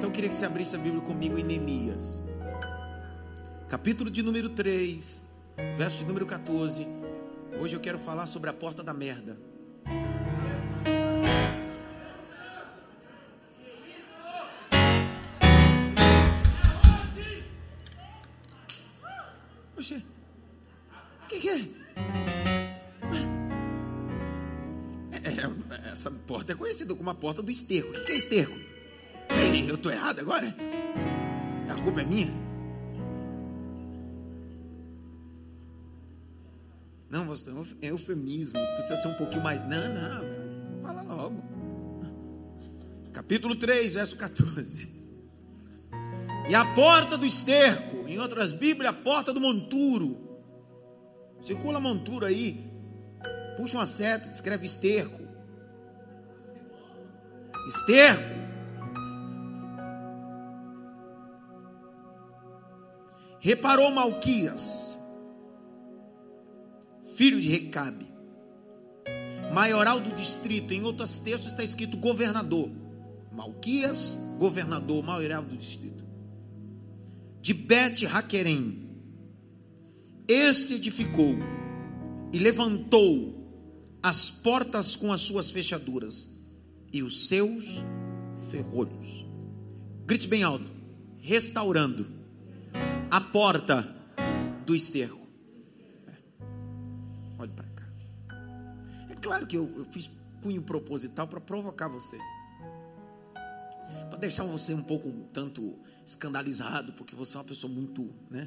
Então eu queria que você abrisse a Bíblia comigo em Neemias, capítulo de número 3, verso de número 14. Hoje eu quero falar sobre a porta da merda. Oxê, o que é? Essa porta é conhecida como a porta do esterco. O que é esterco? Ei, eu estou errado agora? A culpa é minha? Não, é eufemismo. Precisa ser um pouquinho mais. Não, fala logo. Capítulo 3, verso 14. E a porta do esterco, em outras Bíblias, a porta do monturo. Circula monturo aí. Puxa uma seta, escreve esterco. Esterco. Reparou Malquias, filho de Recabe, maioral do distrito. Em outros textos está escrito governador. Malquias, governador, maioral do distrito, de Bet-Haquerem. Este edificou e levantou as portas com as suas fechaduras e os seus ferrolhos. Grite bem alto: restaurando a porta do esterco. Olhe para cá. É claro que eu fiz cunho proposital para provocar você, para deixar você um pouco, um tanto escandalizado, porque você é uma pessoa muito,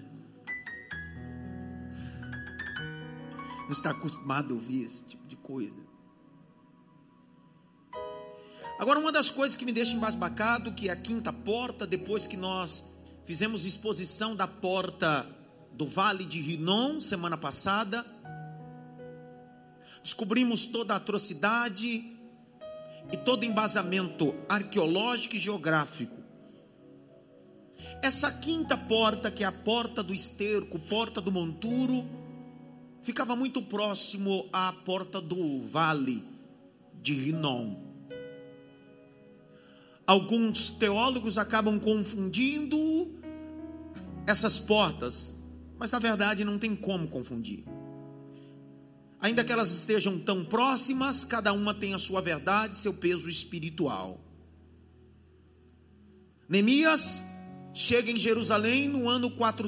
não está acostumado a ouvir esse tipo de coisa. Agora, uma das coisas que me deixa embasbacado, que é a quinta porta, depois que nós fizemos exposição da porta do Vale de Rinom semana passada, descobrimos toda a atrocidade e todo embasamento arqueológico e geográfico. Essa quinta porta, que é a porta do esterco, porta do monturo, ficava muito próximo à porta do Vale de Rinom. Alguns teólogos acabam confundindo essas portas, mas na verdade não tem como confundir. Ainda que elas estejam tão próximas, cada uma tem a sua verdade, seu peso espiritual. Neemias chega em Jerusalém no ano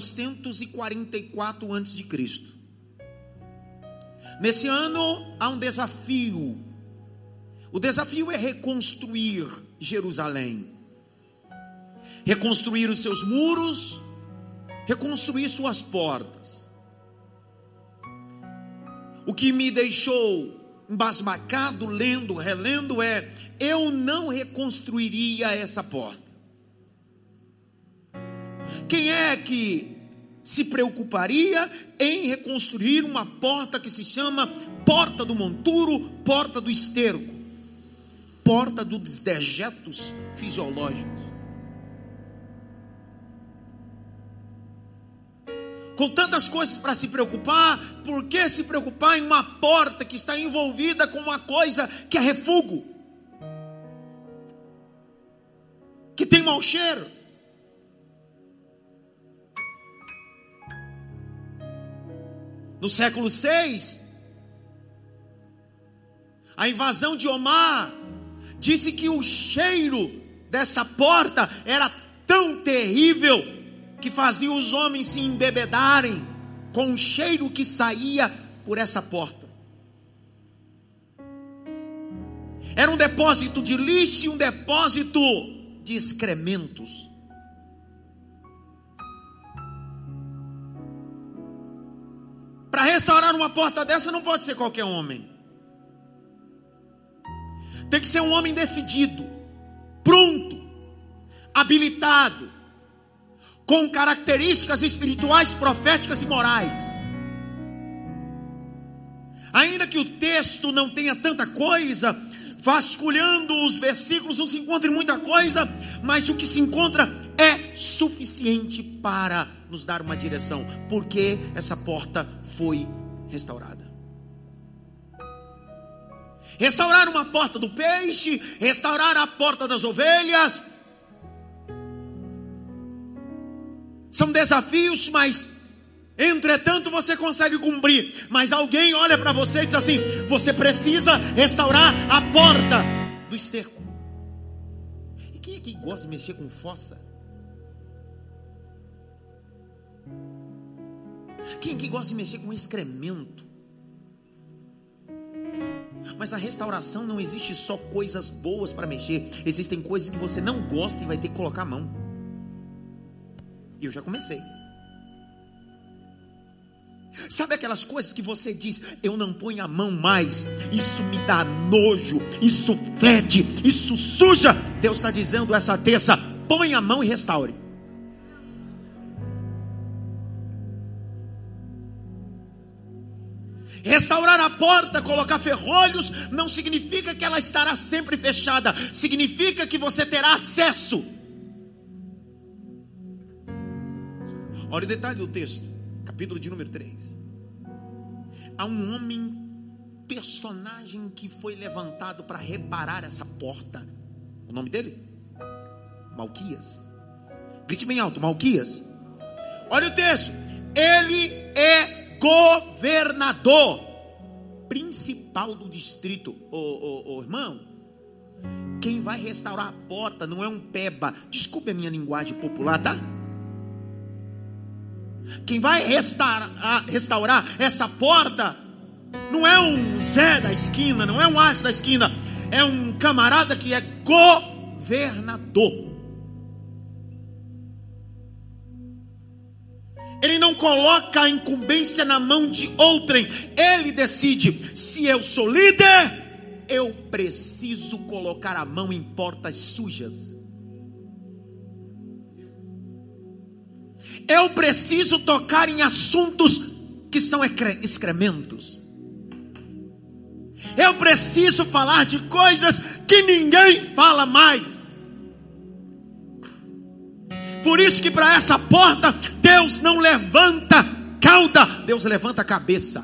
444 a.C. Nesse ano há um desafio. O desafio é reconstruir Jerusalém, reconstruir os seus muros, reconstruir suas portas. O que me deixou embasbacado, lendo, relendo, é: eu não reconstruiria essa porta. Quem é que se preocuparia em reconstruir uma porta que se chama porta do monturo, porta do esterco, porta dos dejetos fisiológicos? Com tantas coisas para se preocupar, por que se preocupar em uma porta que está envolvida com uma coisa que é refúgio, que tem mau cheiro? No século 6, a invasão de Omar disse que o cheiro dessa porta era tão terrível que fazia os homens se embebedarem com o cheiro que saía por essa porta. Era um depósito de lixo, um depósito de excrementos. Para restaurar uma porta dessa não pode ser qualquer homem. Tem que ser um homem decidido, pronto, habilitado, com características espirituais, proféticas e morais. Ainda que o texto não tenha tanta coisa, vasculhando os versículos não se encontra muita coisa, mas o que se encontra é suficiente para nos dar uma direção, porque essa porta foi restaurada. Restaurar uma porta do peixe, restaurar a porta das ovelhas, São desafios, mas entretanto você consegue cumprir. Mas alguém olha para você e diz assim: você precisa restaurar a porta do esterco. E quem é que gosta de mexer com fossa? Quem é que gosta de mexer com excremento? Mas na restauração não existe só coisas boas para mexer. Existem coisas que você não gosta e vai ter que colocar a mão. E eu já comecei. Sabe aquelas coisas que você diz: eu não ponho a mão mais, isso me dá nojo, isso fede, isso suja. Deus está dizendo essa terça: põe a mão e restaure. Restaurar a porta, colocar ferrolhos, não significa que ela estará sempre fechada. Significa que você terá acesso. Olha o detalhe do texto, capítulo de número 3. Há um homem, personagem que foi levantado para reparar essa porta. O nome dele? Malquias. Grite bem alto: Malquias. Olha o texto. Ele é governador principal do distrito. Irmão, quem vai restaurar a porta não é um peba. Desculpe a minha linguagem popular, tá? Quem vai restaurar essa porta não é um Zé da esquina, não é um Aço da esquina. É um camarada que é governador. Ele não coloca a incumbência na mão de outrem. Ele decide: se eu sou líder, eu preciso colocar a mão em portas sujas. Eu preciso tocar em assuntos que são excrementos. Eu preciso falar de coisas que ninguém fala mais. Por isso que para essa porta, Deus não levanta cauda, Deus levanta a cabeça.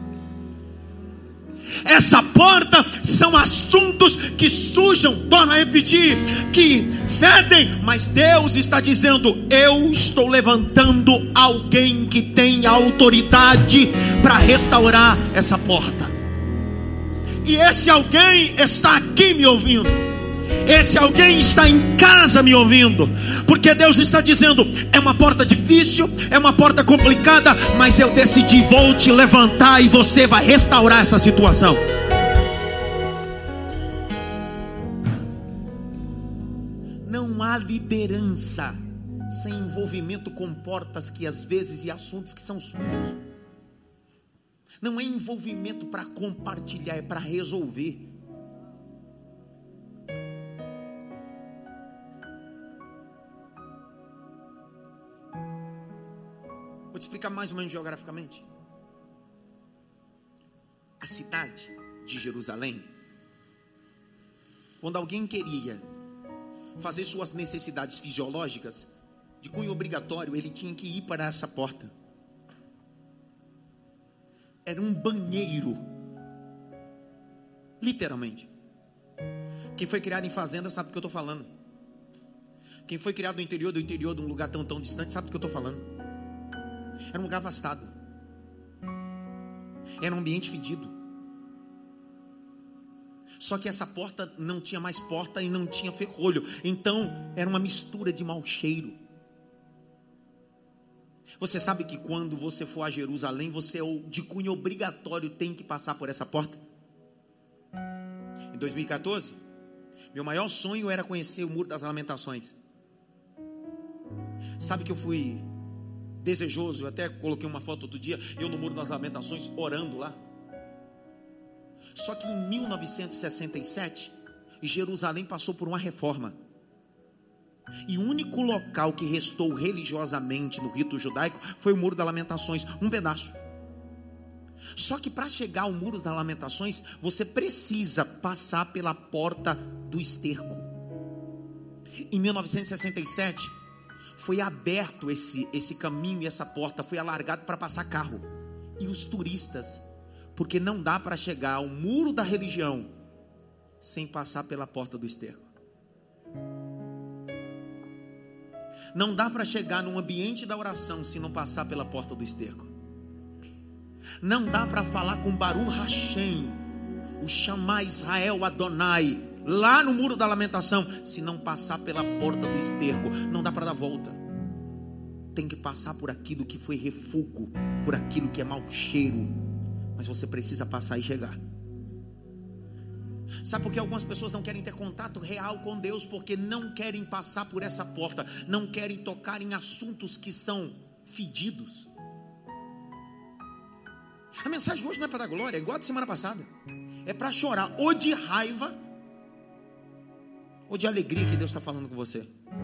Essa porta são assuntos que sujam, torno a repetir, que fedem, mas Deus está dizendo: eu estou levantando alguém que tem autoridade para restaurar essa porta. E esse alguém está aqui me ouvindo. Esse alguém está em casa me ouvindo, porque Deus está dizendo: é uma porta difícil, é uma porta complicada, mas eu decidi, vou te levantar e você vai restaurar essa situação. Não há liderança sem envolvimento com portas que às vezes e assuntos que são sujos. Não é envolvimento para compartilhar, é para resolver. Vou te explicar mais ou menos geograficamente. A cidade de Jerusalém, quando alguém queria fazer suas necessidades fisiológicas, de cunho obrigatório, ele tinha que ir para essa porta. Era um banheiro, literalmente. Quem foi criado em fazenda sabe do que eu estou falando. Quem foi criado no interior de um lugar tão distante sabe do que eu estou falando. Era um lugar afastado. Era um ambiente fedido. Só que essa porta não tinha mais porta e não tinha ferrolho. Então era uma mistura de mau cheiro. Você sabe que quando você for a Jerusalém, você de cunho obrigatório tem que passar por essa porta. Em 2014, meu maior sonho era conhecer o Muro das Lamentações. Sabe que eu fui desejoso, eu até coloquei uma foto outro dia, eu no Muro das Lamentações orando lá. Só que em 1967, Jerusalém passou por uma reforma. E o único local que restou religiosamente no rito judaico foi o Muro das Lamentações, um pedaço. Só que para chegar ao Muro das Lamentações, você precisa passar pela porta do esterco. Em 1967, foi aberto esse caminho e essa porta foi alargado para passar carro. E os turistas, porque não dá para chegar ao muro da religião sem passar pela porta do esterco. Não dá para chegar num ambiente da oração se não passar pela porta do esterco. Não dá para falar com Baruch Hashem, o Shammai Israel Adonai, lá no muro da lamentação, se não passar pela porta do esterco. Não dá para dar volta. Tem que passar por aquilo que foi refúgio, por aquilo que é mau cheiro. Mas você precisa passar e chegar. Sabe por que algumas pessoas não querem ter contato real com Deus? Porque não querem passar por essa porta, não querem tocar em assuntos que são fedidos. A mensagem hoje não é para dar glória, é igual a de semana passada. É para chorar, ou de raiva, ou de alegria que Deus está falando com você.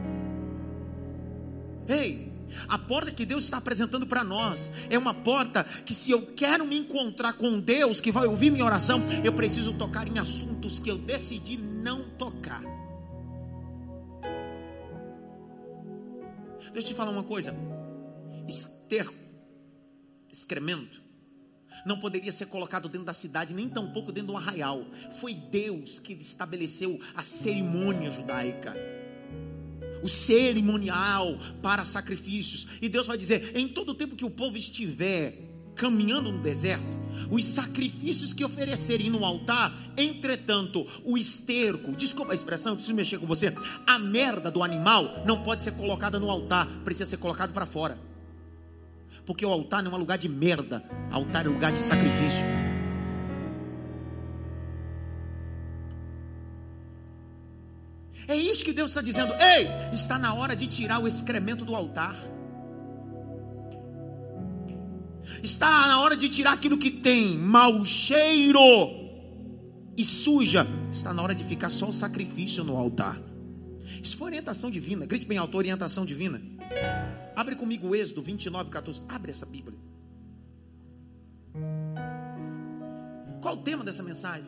Ei, a porta que Deus está apresentando para nós é uma porta que, se eu quero me encontrar com Deus, que vai ouvir minha oração, eu preciso tocar em assuntos que eu decidi não tocar. Deixa eu te falar uma coisa. Esterco, excremento, não poderia ser colocado dentro da cidade, nem tampouco dentro de um arraial. Foi Deus que estabeleceu a cerimônia judaica, o cerimonial para sacrifícios. E Deus vai dizer: em todo o tempo que o povo estiver caminhando no deserto, os sacrifícios que oferecerem no altar, entretanto, o esterco, desculpa a expressão, eu preciso mexer com você, a merda do animal não pode ser colocada no altar, precisa ser colocado para fora. Porque o altar não é lugar de merda, o altar é lugar de sacrifício. É isso que Deus está dizendo. Ei, está na hora de tirar o excremento do altar. Está na hora de tirar aquilo que tem mau cheiro e suja. Está na hora de ficar só o sacrifício no altar. Isso foi orientação divina. Grite bem alto, orientação divina. Abre comigo o Êxodo 29:14. Abre essa Bíblia. Qual o tema dessa mensagem?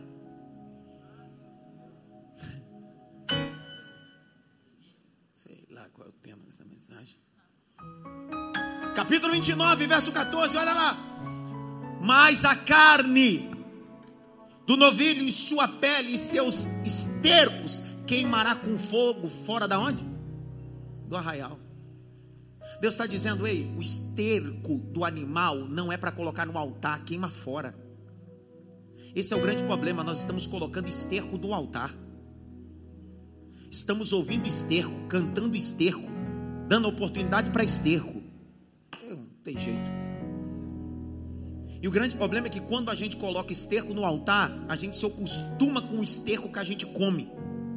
Sei lá qual é o tema dessa mensagem. Capítulo 29, verso 14, olha lá. Mas a carne do novilho e sua pele e seus estercos queimará com fogo fora da onde? Do arraial. Deus está dizendo: ei, o esterco do animal não é para colocar no altar, queima fora. Esse é o grande problema. Nós estamos colocando esterco no altar. Estamos ouvindo esterco, cantando esterco, dando oportunidade para esterco. Não tem jeito. E o grande problema é que quando a gente coloca esterco no altar, a gente se acostuma com o esterco que a gente come.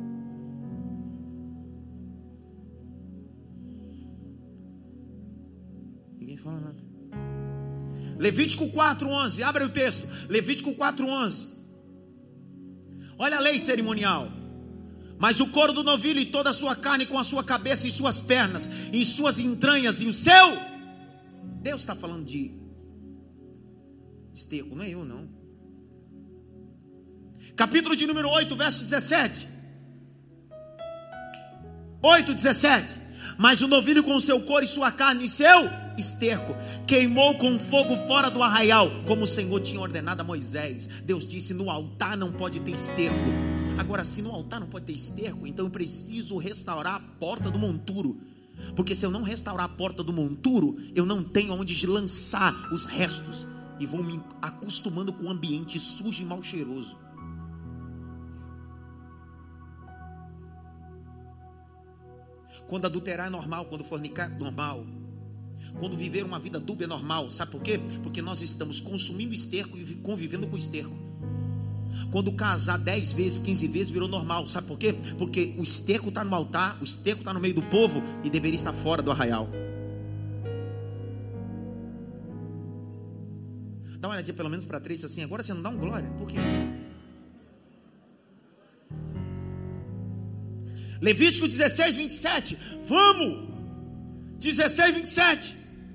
Ninguém fala nada. Levítico 4:11, abre o texto. Levítico 4:11. Olha a lei cerimonial. Mas o couro do novilho e toda a sua carne, com a sua cabeça e suas pernas, e suas entranhas e o seu... Deus está falando de esterco, não é eu não. Capítulo de número 8, verso 17. 8:17. Mas o novilho com seu couro e sua carne e seu esterco queimou com fogo fora do arraial, como o Senhor tinha ordenado a Moisés. Deus disse: no altar não pode ter esterco. Agora, se no altar não pode ter esterco, então eu preciso restaurar a porta do monturo. Porque se eu não restaurar a porta do monturo, eu não tenho onde lançar os restos, e vou me acostumando com o ambiente sujo e mal cheiroso. Quando adulterar é normal, quando fornicar é normal, quando viver uma vida dúbia é normal. Sabe por quê? Porque nós estamos consumindo esterco e convivendo com esterco. Quando casar 10 vezes, 15 vezes virou normal. Sabe por quê? Porque o esterco está no altar, o esterco está no meio do povo e deveria estar fora do arraial. Dá uma olhadinha pelo menos para 3 assim. Agora você não dá um glória? Por quê? Levítico 16:27. Vamos! 16:27.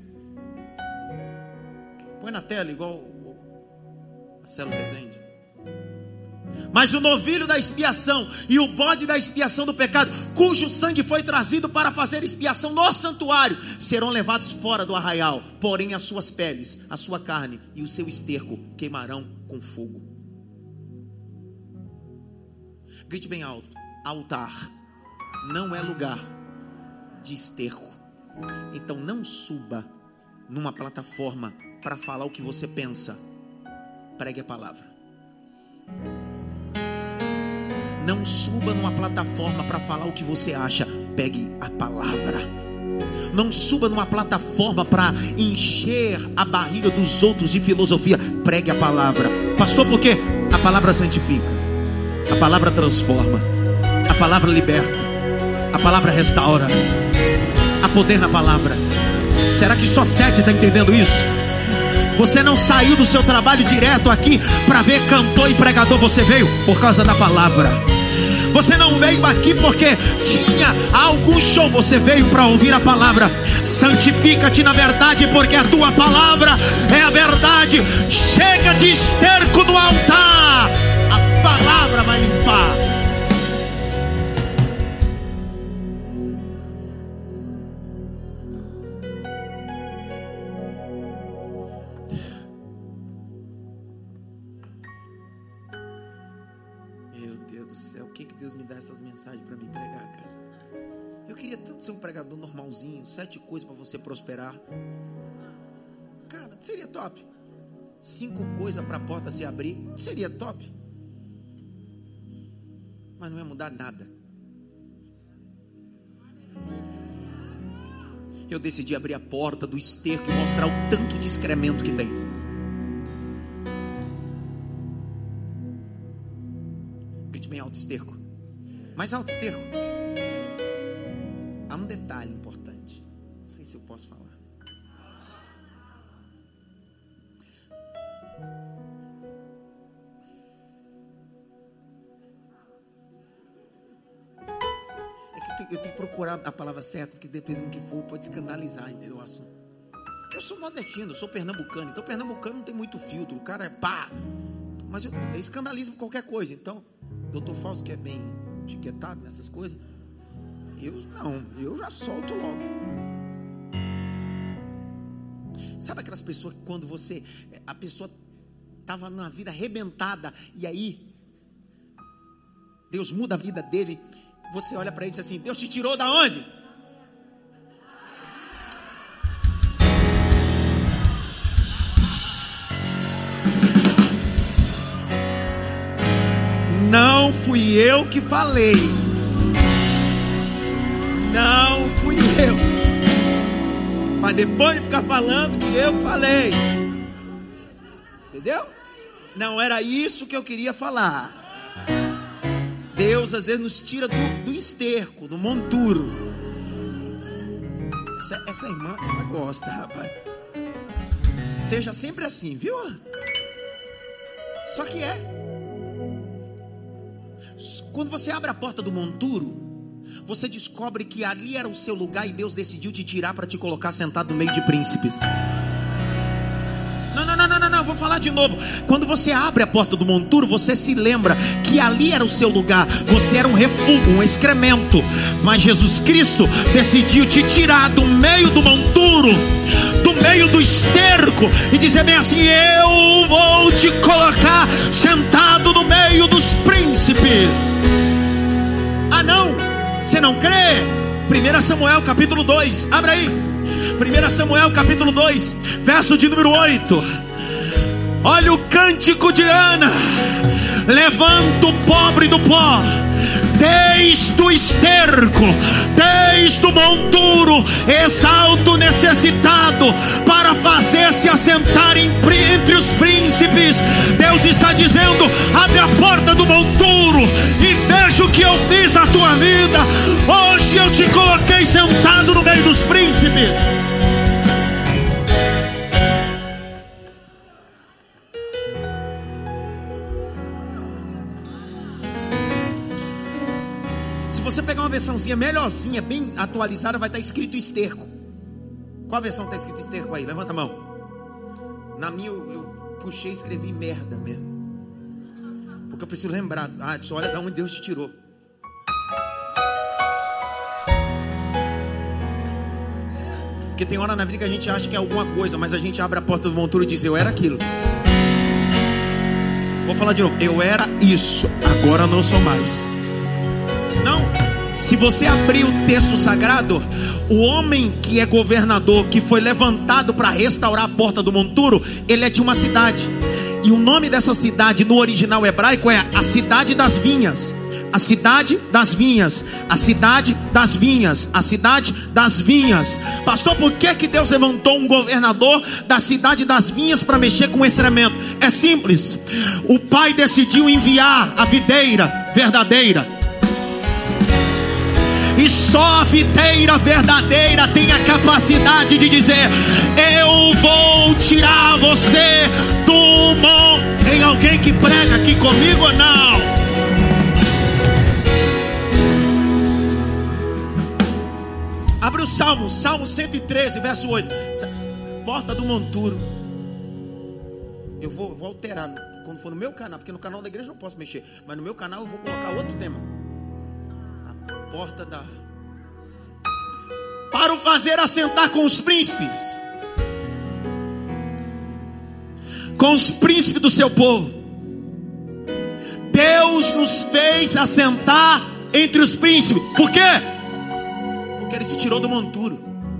Põe na tela igual Marcelo Rezende. Mas o novilho da expiação e o bode da expiação do pecado, cujo sangue foi trazido para fazer expiação no santuário, serão levados fora do arraial. Porém as suas peles, a sua carne e o seu esterco queimarão com fogo. Grite bem alto: altar não é lugar de esterco. Então não suba numa plataforma para falar o que você pensa. Pregue a palavra. Não suba numa plataforma para falar o que você acha. Pegue a palavra. Não suba numa plataforma para encher a barriga dos outros de filosofia. Pregue a palavra. Pastor, por quê? A palavra santifica, a palavra transforma, a palavra liberta, a palavra restaura. Há poder na palavra. Será que só 7 está entendendo isso? Você não saiu do seu trabalho direto aqui para ver cantor e pregador. Você veio por causa da palavra. Você não veio aqui porque tinha algum show. Você veio para ouvir a palavra. Santifica-te na verdade, porque a tua palavra é a verdade. Chega de esterco no altar. A palavra vai limpar. Para me pregar, cara. Eu queria tanto ser um pregador normalzinho. 7 coisas para você prosperar. Cara, seria top. 5 coisas para a porta se abrir. Não seria top? Mas não ia mudar nada. Eu decidi abrir a porta do esterco e mostrar o tanto de excremento que tem. Grite bem alto, esterco. Mais alto, esterco. Há um detalhe importante. Não sei se eu posso falar. É que eu tenho que procurar a palavra certa, porque dependendo do que for, pode escandalizar, entendeu, o assunto. Eu sou nordestino, eu sou pernambucano. Então pernambucano não tem muito filtro. O cara é pá. Mas ele escandaliza por qualquer coisa. Então, doutor Fausto, que é bem etiquetado nessas coisas, eu já solto logo. Sabe aquelas pessoas que quando a pessoa estava na vida arrebentada, e aí Deus muda a vida dele, você olha para ele e diz assim: Deus te tirou da onde? Não fui eu que falei. Não fui eu. Mas depois de ficar falando que eu falei. Entendeu? Não era isso que eu queria falar. Deus às vezes nos tira do esterco, do monturo. Essa irmã, ela gosta, rapaz. Seja sempre assim, viu? Só que quando você abre a porta do monturo, você descobre que ali era o seu lugar e Deus decidiu te tirar para te colocar sentado no meio de príncipes. Não, vou falar de novo. Quando você abre a porta do monturo, você se lembra que ali era o seu lugar. Você era um refúgio, um excremento. Mas Jesus Cristo decidiu te tirar do meio do monturo, do meio do esterco, e dizer bem assim: eu vou te colocar sentado no meio dos príncipes. Ah não, você não crê? 1 Samuel capítulo 2, abre aí. 1 Samuel capítulo 2, verso de número 8. Olha o cântico de Ana: levanta o pobre do pó, desde o esterco, desde o monturo, exalta o necessitado, para fazer-se assentar entre os príncipes. Deus está dizendo: abre a porta do monturo e veja o que eu fiz na tua vida. Hoje eu te coloquei sentado no meio dos príncipes. Se você pegar uma versãozinha melhorzinha, bem atualizada, vai estar escrito esterco. Qual a versão está escrito esterco aí? Levanta a mão. Na minha eu puxei e escrevi merda mesmo, porque eu preciso lembrar. Olha de onde Deus te tirou. Porque tem hora na vida que a gente acha que é alguma coisa, mas a gente abre a porta do monturo e diz: eu era aquilo. Vou falar de novo: eu era isso, agora não sou mais. Não, se você abrir o texto sagrado, O homem que é governador, que foi levantado para restaurar a porta do monturo, ele é de uma cidade. E o nome dessa cidade no original hebraico é a cidade das vinhas. A cidade das vinhas, a cidade das vinhas, a cidade das vinhas. Pastor, por que Deus levantou um governador da cidade das vinhas para mexer com esse elemento? É simples. O pai decidiu enviar a videira verdadeira. E só a videira verdadeira tem a capacidade de dizer: eu vou tirar você do monte. Tem alguém que prega aqui comigo ou não? Abre o Salmo 113, verso 8. Porta do monturo. Eu vou alterar quando for no meu canal, porque no canal da igreja eu não posso mexer, mas no meu canal eu vou colocar outro tema. A porta da... Para o fazer assentar com os príncipes, com os príncipes do seu povo. Deus nos fez assentar entre os príncipes. Por quê? Porque Ele te tirou do monturo.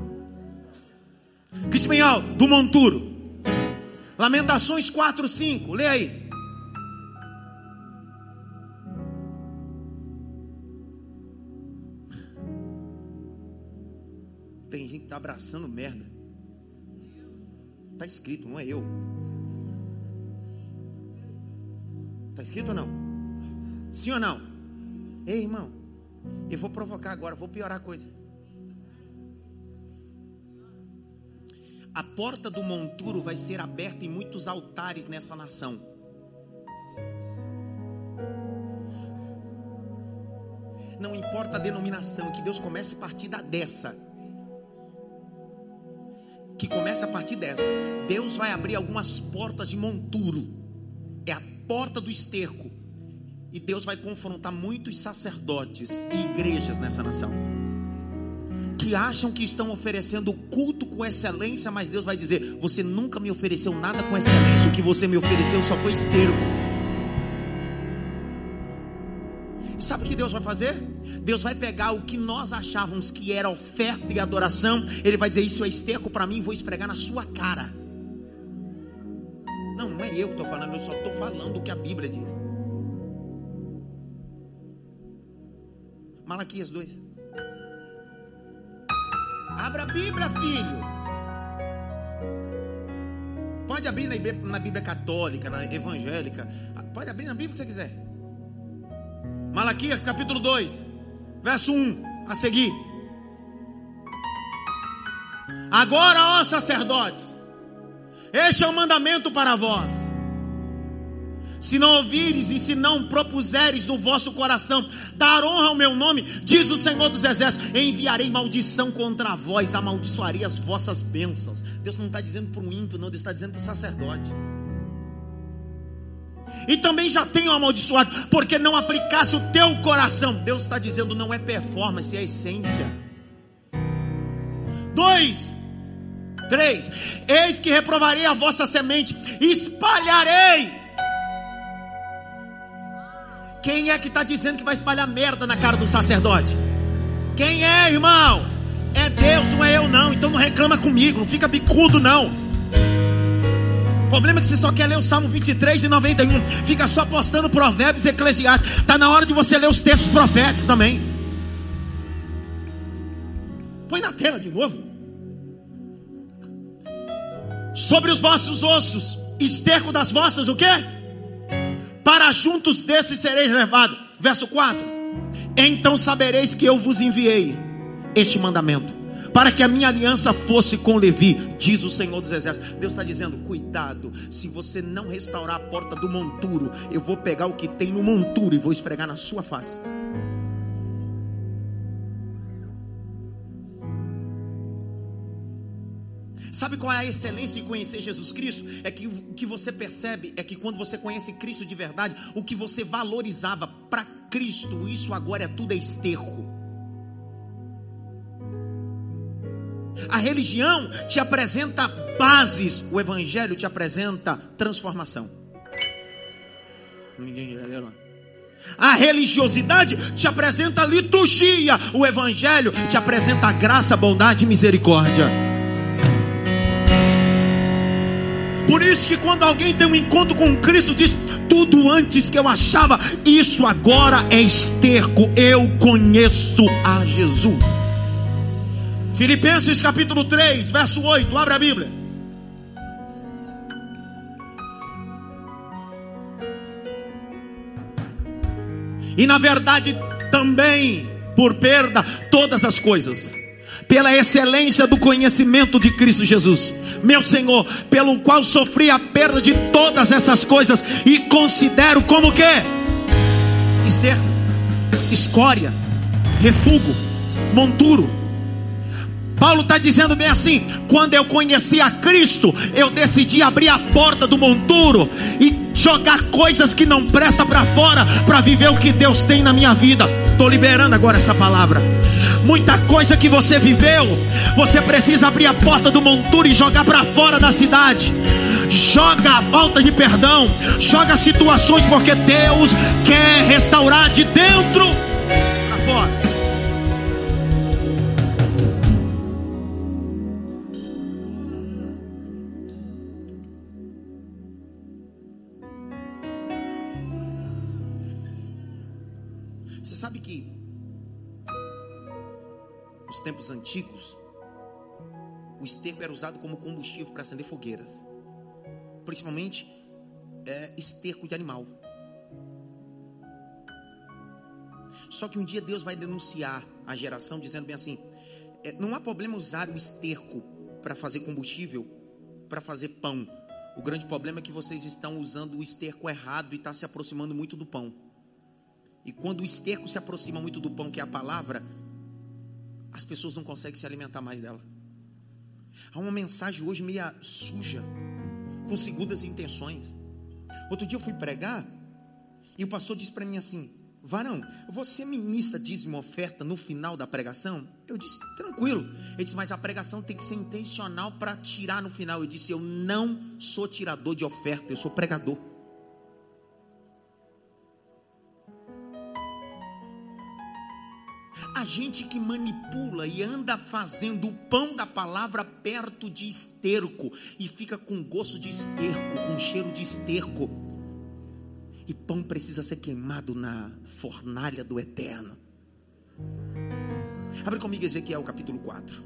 Grite bem alto, do monturo. Lamentações 4:5, lê aí. Tem gente que está abraçando merda. Está escrito, não é eu. Está escrito ou não? Sim ou não? Ei, irmão, eu vou provocar agora, vou piorar a coisa. A porta do monturo vai ser aberta em muitos altares nessa nação. Não importa a denominação, que Deus comece a partir dessa. Que comece a partir dessa. Deus vai abrir algumas portas de monturo. É a porta do esterco. E Deus vai confrontar muitos sacerdotes e igrejas nessa nação, que acham que estão oferecendo culto com excelência, mas Deus vai dizer: você nunca me ofereceu nada com excelência. O que você me ofereceu só foi esterco. E sabe o que Deus vai fazer? Deus vai pegar o que nós achávamos que era oferta e adoração. Ele vai dizer: isso é esterco para mim, vou esfregar na sua cara. Não é eu que estou falando, eu só estou falando o que a Bíblia diz. Malaquias 2. Abra a Bíblia, filho. Pode abrir na Bíblia católica, na evangélica. Pode abrir na Bíblia que você quiser. Malaquias capítulo 2, verso 1 a seguir. Agora, ó sacerdotes, este é o mandamento para vós: se não ouvires e se não propuseres no vosso coração dar honra ao meu nome, diz o Senhor dos Exércitos, enviarei maldição contra vós, amaldiçoarei as vossas bênçãos. Deus não está dizendo para o ímpio, não, Deus está dizendo para o sacerdote. E também já tenho amaldiçoado, porque não aplicasse o teu coração. Deus está dizendo, não é performance, é essência. 2, 3, eis que reprovarei a vossa semente, espalharei. Quem é que está dizendo que vai espalhar merda na cara do sacerdote? Quem é, irmão? É Deus, não é eu não. Então não reclama comigo, não fica bicudo não. O problema é que você só quer ler o Salmo 23 e 91. Fica só postando Provérbios e Eclesiastes. Está na hora de você ler os textos proféticos também. Põe na tela de novo. Sobre os vossos ossos, esterco das vossas, o quê? Para juntos desses sereis levados. Verso 4. Então sabereis que eu vos enviei este mandamento, para que a minha aliança fosse com Levi, diz o Senhor dos Exércitos. Deus está dizendo, cuidado, se você não restaurar a porta do monturo, eu vou pegar o que tem no monturo e vou esfregar na sua face. Sabe qual é a excelência de conhecer Jesus Cristo? É que o que você percebe é que quando você conhece Cristo de verdade, o que você valorizava para Cristo, isso agora é tudo esterco. A religião te apresenta bases, o evangelho te apresenta transformação. Ninguém leu. A religiosidade te apresenta a liturgia, o evangelho te apresenta a graça, a bondade e misericórdia. Por isso que quando alguém tem um encontro com Cristo, diz: tudo antes que eu achava, isso agora é esterco, eu conheço a Jesus. Filipenses capítulo 3, verso 8, abre a Bíblia. E na verdade também, por perda, todas as coisas, pela excelência do conhecimento de Cristo Jesus, meu Senhor, pelo qual sofri a perda de todas essas coisas, e considero como que? Esterco, escória, refúgio, monturo. Paulo está dizendo bem assim: quando eu conheci a Cristo, eu decidi abrir a porta do monturo e jogar coisas que não prestam para fora, para viver o que Deus tem na minha vida. Estou liberando agora essa palavra. Muita coisa que você viveu, você precisa abrir a porta do monturo e jogar para fora da cidade. Joga a falta de perdão, joga situações, porque Deus quer restaurar de dentro para fora. Você sabe que nos tempos antigos o esterco era usado como combustível para acender fogueiras, principalmente esterco de animal. Só que um dia Deus vai denunciar a geração, dizendo bem assim: não há problema usar o esterco para fazer combustível, para fazer pão. O grande problema é que vocês estão usando o esterco errado e está se aproximando muito do pão. E quando o esterco se aproxima muito do pão, que é a palavra, as pessoas não conseguem se alimentar mais dela. Há uma mensagem hoje meia suja, com segundas intenções. Outro dia eu fui pregar e o pastor disse para mim assim: varão, você ministra dízimo oferta no final da pregação? Eu disse: tranquilo. Ele disse: mas a pregação tem que ser intencional para tirar no final. Eu disse: eu não sou tirador de oferta, eu sou pregador. A gente que manipula e anda fazendo o pão da palavra perto de esterco, e fica com gosto de esterco, com cheiro de esterco. E pão precisa ser queimado na fornalha do eterno. Abre comigo Ezequiel capítulo 4.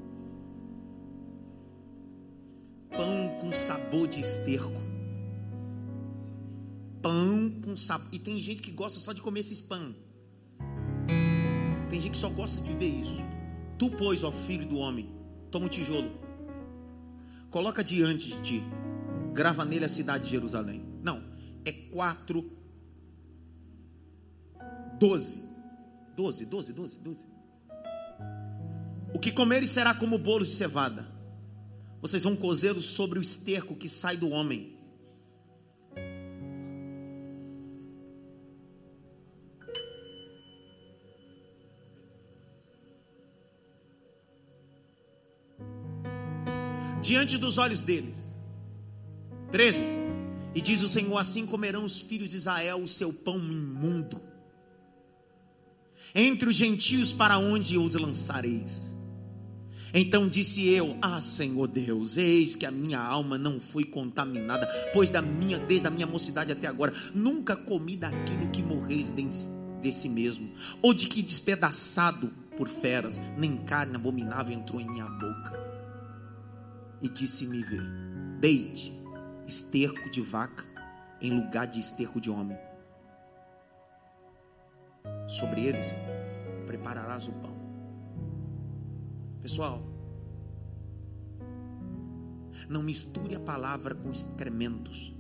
Pão com sabor de esterco. Pão com sabor. E tem gente que gosta só de comer esses pão. Tem gente que só gosta de ver isso. Tu, pois, ó filho do homem, toma um tijolo, coloca diante de ti, grava nele a cidade de Jerusalém. Não, é 4, 12. O que comeres será como bolos de cevada. Vocês vão cozê-los sobre o esterco que sai do homem. Diante dos olhos deles. 13. E diz o Senhor: assim comerão os filhos de Israel o seu pão imundo entre os gentios, para onde os lançareis. Então disse eu: ah, Senhor Deus, eis que a minha alma não foi contaminada, pois desde a minha mocidade até agora nunca comi daquilo que morreis de si mesmo, ou de que despedaçado por feras, nem carne abominável entrou em minha boca. E disse-me: ver, deite esterco de vaca em lugar de esterco de homem. Sobre eles prepararás o pão. Pessoal, não misture a palavra com excrementos.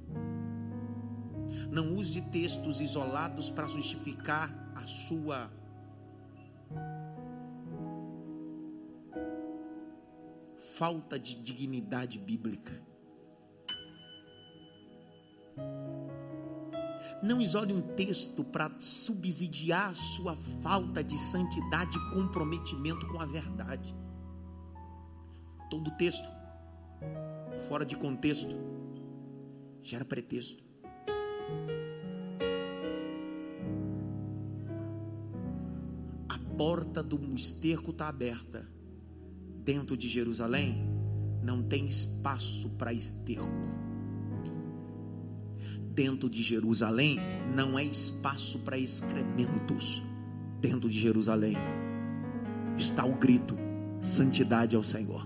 Não use textos isolados para justificar a sua falta de dignidade bíblica. Não isole um texto para subsidiar a sua falta de santidade e comprometimento com a verdade. Todo texto fora de contexto gera pretexto. porta do esterco está aberta, dentro de Jerusalém não tem espaço para esterco. Dentro de Jerusalém não é espaço para excrementos. Dentro de Jerusalém está o grito: santidade ao Senhor.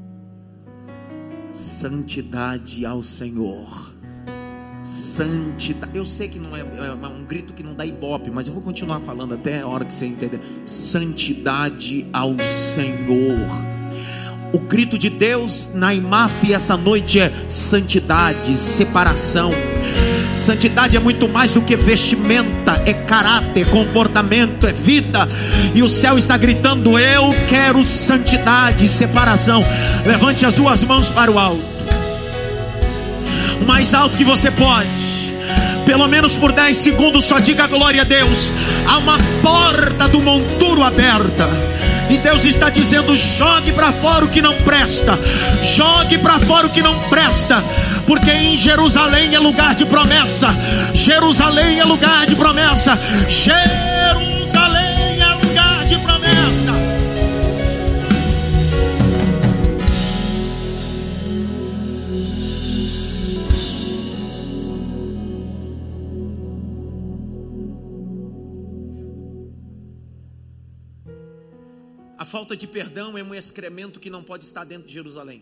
Santidade ao Senhor. Santidade. Eu sei que não é um grito que não dá ibope, mas eu vou continuar falando até a hora que você entender. Santidade ao Senhor. O grito de Deus na IMAF essa noite é santidade, separação. Santidade é muito mais do que vestimenta, é caráter, comportamento, é vida. E o céu está gritando: eu quero santidade, separação. Levante as duas mãos para o alto, o mais alto que você pode. Pelo menos por 10 segundos só diga glória a Deus. Há uma porta do monturo aberta, e Deus está dizendo: jogue para fora o que não presta. Jogue para fora o que não presta. Porque em Jerusalém é lugar de promessa. Jerusalém é lugar de promessa. Jerusalém é lugar de promessa. A falta de perdão é um excremento que não pode estar dentro de Jerusalém.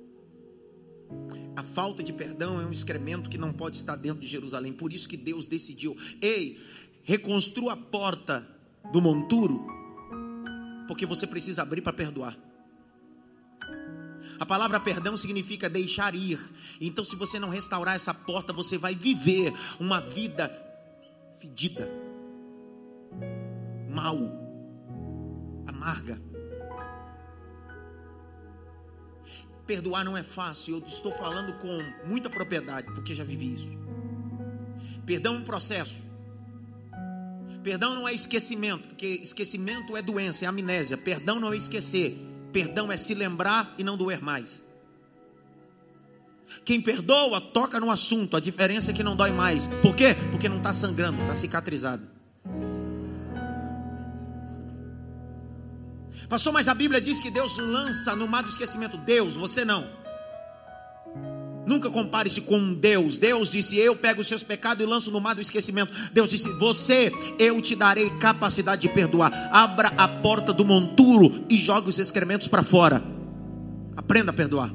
A falta de perdão é um excremento que não pode estar dentro de Jerusalém. Por isso que Deus decidiu: ei, reconstrua a porta do monturo, porque você precisa abrir para perdoar. A palavra perdão significa deixar ir. Então, se você não restaurar essa porta, você vai viver uma vida fedida, mal, amarga. Perdoar não é fácil. Eu estou falando com muita propriedade, porque já vivi isso. Perdão é um processo. Perdão não é esquecimento, porque esquecimento é doença, é amnésia. Perdão não é esquecer. Perdão é se lembrar e não doer mais. Quem perdoa toca no assunto. A diferença é que não dói mais. Por quê? Porque não está sangrando, está cicatrizado. Pastor, mas a Bíblia diz que Deus lança no mar do esquecimento. Deus, você não. Nunca compare-se com Deus. Deus disse: eu pego os seus pecados e lanço no mar do esquecimento. Deus disse: você, eu te darei capacidade de perdoar. Abra a porta do monturo e jogue os excrementos para fora. Aprenda a perdoar.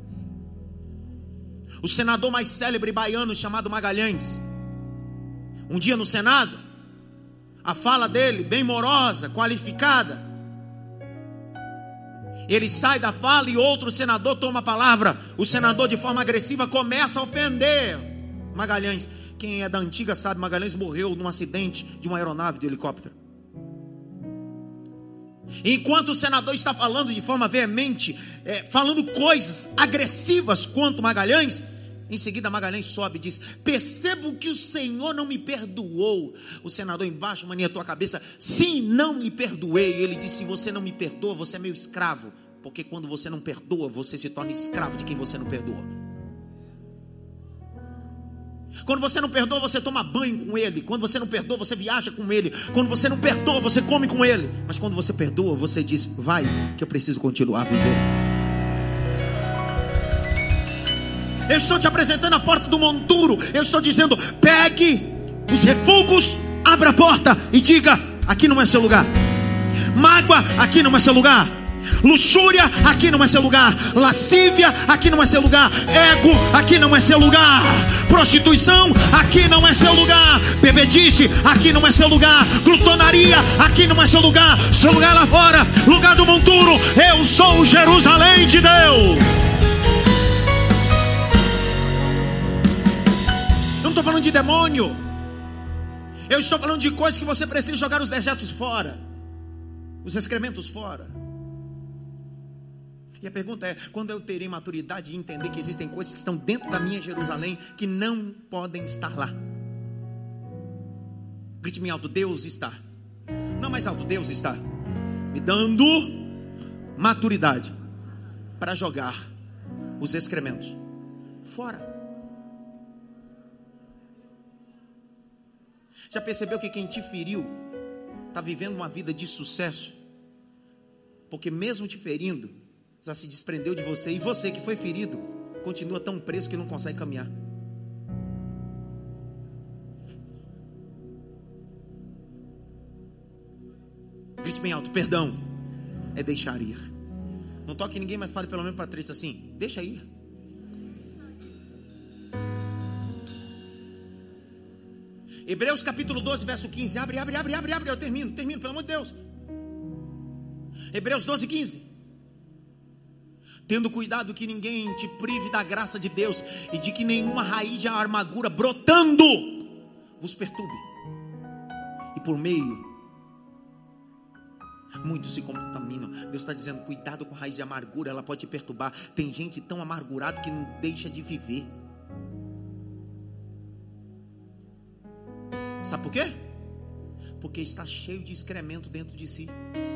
O senador mais célebre baiano, chamado Magalhães, um dia no Senado, a fala dele, bem morosa, qualificada, ele sai da fala e outro senador toma a palavra. O senador, de forma agressiva, começa a ofender Magalhães. Quem é da antiga sabe, Magalhães morreu num acidente de uma aeronave de helicóptero. Enquanto o senador está falando de forma veemente, falando coisas agressivas quanto Magalhães, em seguida Magalhães sobe e diz: percebo que o Senhor não me perdoou. O senador embaixo maniatou a cabeça: sim, não lhe perdoei. Ele disse: se você não me perdoa, você é meu escravo. Porque quando você não perdoa, você se torna escravo de quem você não perdoa. Quando você não perdoa, você toma banho com ele. Quando você não perdoa, você viaja com ele. Quando você não perdoa, você come com ele. Mas quando você perdoa, você diz: vai, que eu preciso continuar a viver. Eu estou te apresentando a porta do monturo. Eu estou dizendo: pegue os refugos, abra a porta e diga: aqui não é seu lugar. Mágoa, aqui não é seu lugar. Luxúria, aqui não é seu lugar. Lascívia, aqui não é seu lugar. Ego, aqui não é seu lugar. Prostituição, aqui não é seu lugar. Bebedice, aqui não é seu lugar. Glutonaria, aqui não é seu lugar. Seu lugar lá fora, lugar do monturo. Eu sou o Jerusalém de Deus. Eu não estou falando de demônio. Eu estou falando de coisas que você precisa jogar os dejetos fora, os excrementos fora. E a pergunta é: quando eu terei maturidade de entender que existem coisas que estão dentro da minha Jerusalém que não podem estar lá? Grite-me alto: Deus está. Não, mais alto: Deus está me dando maturidade para jogar os excrementos fora. Já percebeu que quem te feriu está vivendo uma vida de sucesso, porque mesmo te ferindo, já se desprendeu de você, e você que foi ferido, continua tão preso que não consegue caminhar. Grite bem alto: perdão é deixar ir. Não toque ninguém, mas fale pelo menos para três assim: deixa ir. Hebreus capítulo 12, verso 15. Abre, eu termino, pelo amor de Deus. Hebreus 12, 15. Tendo cuidado que ninguém te prive da graça de Deus, e de que nenhuma raiz de amargura brotando vos perturbe, e por meio muitos se contaminam. Deus está dizendo: cuidado com a raiz de amargura, ela pode te perturbar. Tem gente tão amargurada que não deixa de viver. Sabe por quê? Porque está cheio de excremento dentro de si.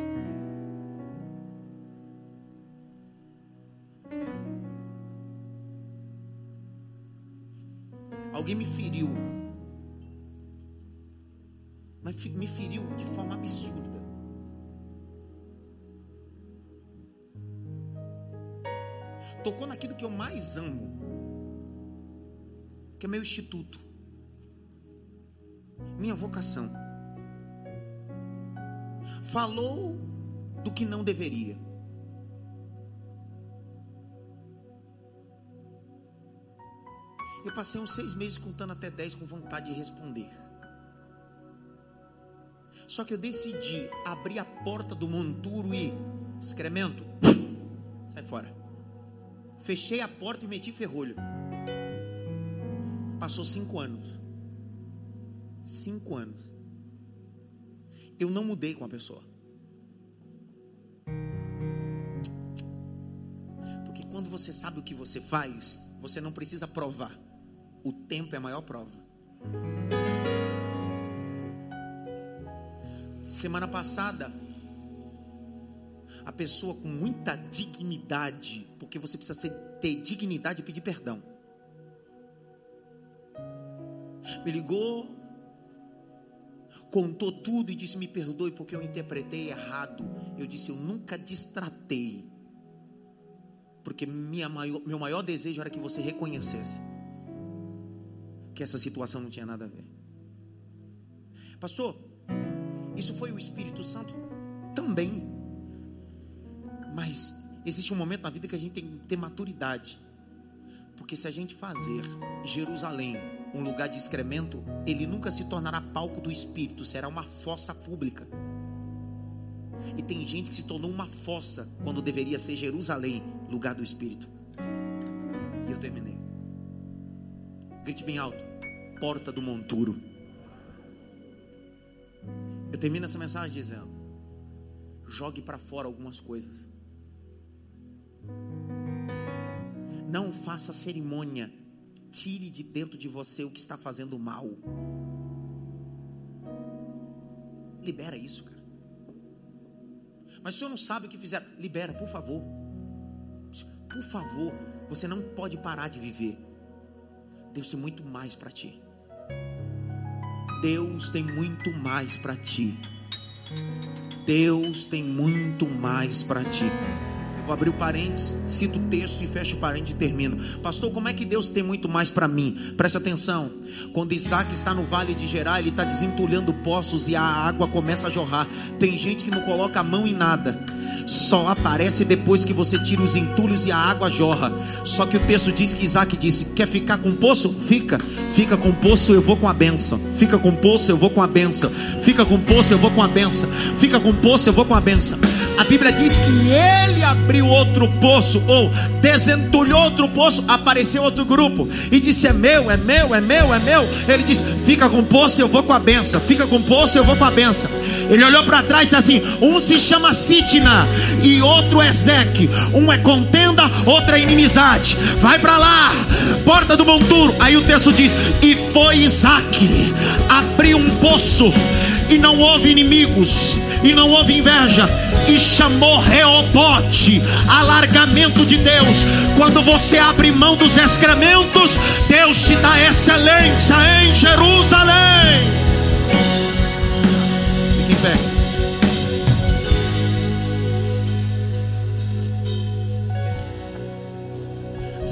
Alguém me feriu, mas me feriu de forma absurda. Tocou naquilo que eu mais amo, que é meu instituto, minha vocação. Falou do que não deveria. Eu passei uns 6 meses contando até 10 com vontade de responder. Só que eu decidi abrir a porta do monturo e excremento, sai fora. Fechei a porta e meti ferrolho. Passou 5 anos. 5 anos. Eu não mudei com a pessoa. Porque quando você sabe o que você faz, você não precisa provar. O tempo é a maior prova. Semana passada, a pessoa com muita dignidade, porque você precisa ter dignidade de pedir perdão, me ligou, contou tudo e disse: me perdoe porque eu interpretei errado. Eu disse: eu nunca destratei, porque meu maior desejo era que você reconhecesse que essa situação não tinha nada a ver. Pastor, isso foi o Espírito Santo? Também. Mas existe um momento na vida que a gente tem que ter maturidade, porque se a gente fazer Jerusalém um lugar de excremento, ele nunca se tornará palco do Espírito, será uma fossa pública. E tem gente que se tornou uma fossa quando deveria ser Jerusalém, lugar do Espírito. E eu terminei. Grite bem alto: porta do monturo. Eu termino essa mensagem dizendo: jogue para fora algumas coisas. Não faça cerimônia. Tire de dentro de você o que está fazendo mal. Libera isso, cara. Mas se o senhor não sabe o que fizer, libera, por favor. Por favor, você não pode parar de viver. Deus tem muito mais para ti. Deus tem muito mais para ti. Deus tem muito mais para ti. Vou abrir o parênteses, cito o texto e fecho o parênteses e termino. Pastor, como é que Deus tem muito mais para mim? Preste atenção. Quando Isaac está no vale de Gerar, ele está desentulhando poços e a água começa a jorrar. Tem gente que não coloca a mão em nada, só aparece depois que você tira os entulhos e a água jorra. Só que o texto diz que Isaac disse: quer ficar com o poço? Fica com o poço, eu vou com a bênção. Fica com o poço, eu vou com a bênção. Fica com o poço, eu vou com a bênção. Fica com o poço, eu vou com a bênção. A Bíblia diz que ele abriu outro poço, ou desentulhou outro poço. Apareceu outro grupo e disse: é meu, é meu, é meu, é meu. Ele disse: fica com o poço, eu vou com a bênção. Fica com o poço, eu vou com a bênção. Ele olhou para trás e disse assim: um se chama Sitna e outro é Zeque. Um é contenda, outro é inimizade. Vai para lá, porta do monturo. Aí o texto diz: e foi Isaac, abriu um poço, e não houve inimigos, e não houve inveja, e chamou Reobote, alargamento de Deus. Quando você abre mão dos excrementos, Deus te dá excelência em Jerusalém. Fique em pé.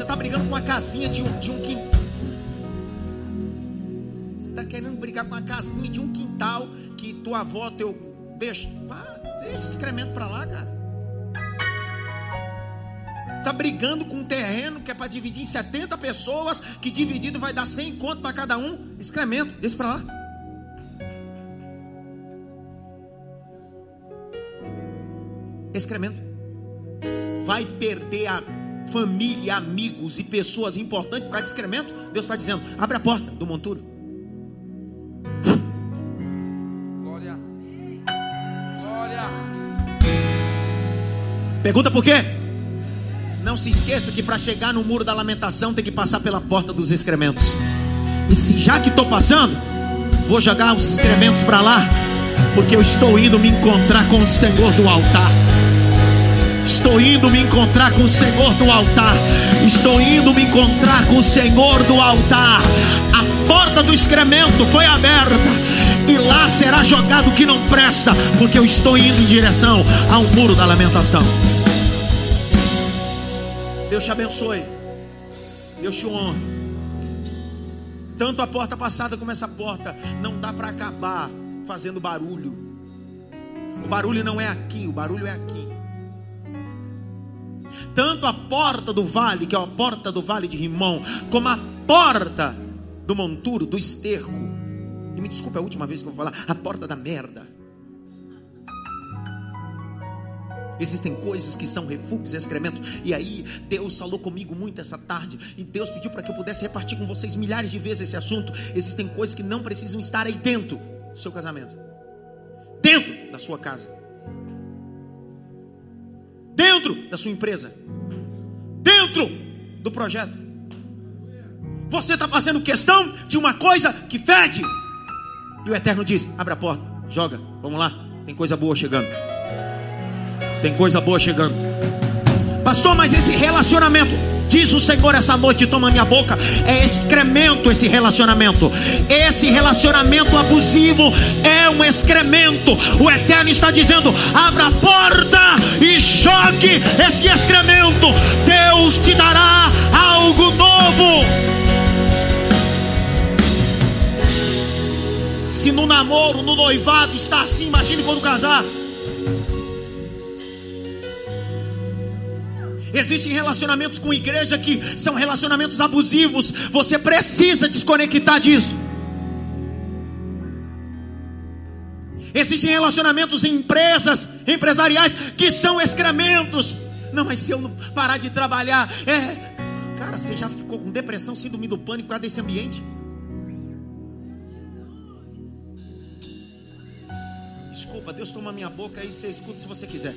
está brigando com uma casinha de um quintal. Você está querendo brigar com uma casinha de um quintal que tua avó, deixa esse excremento para lá, cara. Está brigando com um terreno que é para dividir em 70 pessoas, que dividido vai dar 100 conto para cada um. Excremento, deixa para lá. Excremento. Vai perder a família, amigos e pessoas importantes por causa de excremento. Deus está dizendo: abre a porta do monturo. Glória. Glória. Pergunta por quê? Não se esqueça que para chegar no muro da lamentação tem que passar pela porta dos excrementos. E se já que estou passando, vou jogar os excrementos para lá, porque eu estou indo me encontrar com o Senhor do altar. Estou indo me encontrar com o Senhor do altar. Estou indo me encontrar com o Senhor do altar. A porta do excremento foi aberta, e lá será jogado o que não presta, porque eu estou indo em direção ao muro da lamentação. Deus te abençoe. Deus te honre. Tanto a porta passada como essa porta, não dá para acabar fazendo barulho. O barulho não é aqui, o barulho é aqui. Tanto a porta do vale, que é a porta do vale de Rimom, como a porta do monturo, do esterco. E me desculpe a última vez que eu vou falar, a porta da merda. Existem coisas que são refúgios e excrementos. E aí Deus falou comigo muito essa tarde, e Deus pediu para que eu pudesse repartir com vocês milhares de vezes esse assunto. Existem coisas que não precisam estar aí dentro do seu casamento, dentro da sua casa, dentro da sua empresa, dentro do projeto. Você está fazendo questão de uma coisa que fede, e o Eterno diz: abre a porta, joga, vamos lá, tem coisa boa chegando. Tem coisa boa chegando. Pastor, mas esse relacionamento, diz o Senhor essa noite, toma minha boca, é excremento esse relacionamento. Esse relacionamento abusivo é um excremento. O Eterno está dizendo: abra a porta e jogue esse excremento. Deus te dará algo novo. Se no namoro, no noivado está assim, imagine quando casar. Existem relacionamentos com igreja que são relacionamentos abusivos. Você precisa desconectar disso. Existem relacionamentos em empresas, empresariais, que são excrementos. Não, mas se eu não parar de trabalhar, cara, você já ficou com depressão, síndrome do pânico por causa desse ambiente? Desculpa, Deus toma minha boca, aí você escuta se você quiser.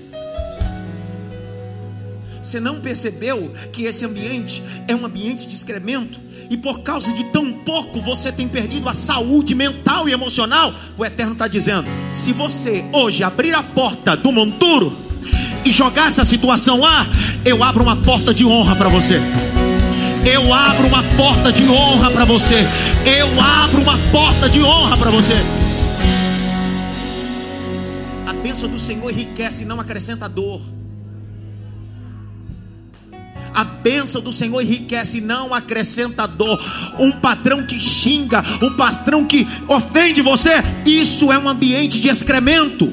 Você não percebeu que esse ambiente é um ambiente de excremento? E por causa de tão pouco você tem perdido a saúde mental e emocional? O Eterno está dizendo: se você hoje abrir a porta do monturo e jogar essa situação lá, eu abro uma porta de honra para você. Eu abro uma porta de honra para você. Eu abro uma porta de honra para você. A bênção do Senhor enriquece e não acrescenta dor. A bênção do Senhor enriquece e não acrescenta dor. Um patrão que xinga, um patrão que ofende você, isso é um ambiente de excremento.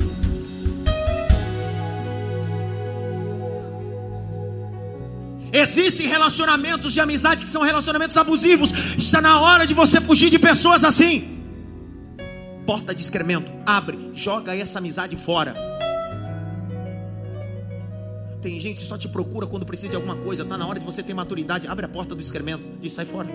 Existem relacionamentos de amizade que são relacionamentos abusivos. Está na hora de você fugir de pessoas assim. Porta de excremento, abre, joga essa amizade fora. Tem gente que só te procura quando precisa de alguma coisa. Está na hora de você ter maturidade. Abre a porta do excremento, diz: sai fora.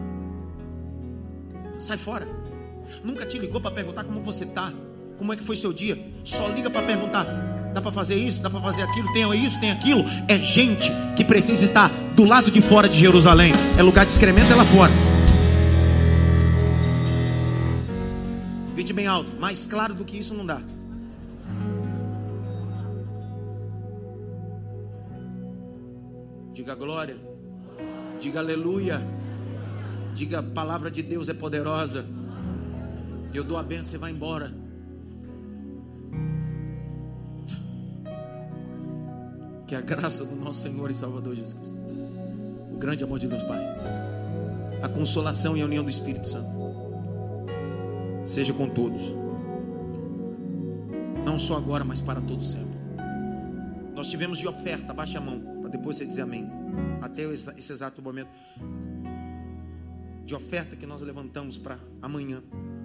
Sai fora. Nunca te ligou para perguntar como você está, como é que foi seu dia. Só liga para perguntar: dá para fazer isso, dá para fazer aquilo, tem isso, tem aquilo. É gente que precisa estar do lado de fora de Jerusalém. É lugar de excremento, é lá fora. Grite bem alto. Mais claro do que isso não dá. Diga glória. Diga aleluia. Diga: a palavra de Deus é poderosa. Eu dou a bênção, você vai embora. Que a graça do nosso Senhor e Salvador Jesus Cristo, o grande amor de Deus Pai, a consolação e a união do Espírito Santo seja com todos, não só agora, mas para todo sempre. Nós tivemos de oferta, baixa a mão, para depois você dizer amém. Até esse exato momento de oferta que nós levantamos para amanhã,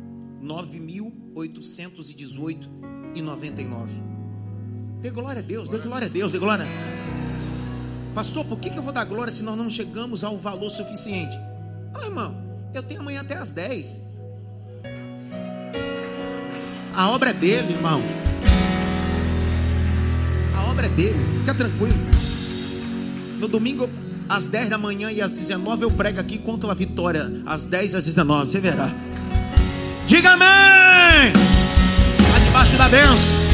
9.818,99. Dê glória a Deus, dê glória a Deus, dê glória. Pastor, por que eu vou dar glória se nós não chegamos ao valor suficiente? Irmão, eu tenho amanhã até às 10. A obra é dele, irmão. A obra é dele, fica tranquilo. No domingo, às 10 da manhã e às 19 eu prego aqui contra a vitória. Às 10 e às 19, você verá. Diga amém! Está debaixo da bênção.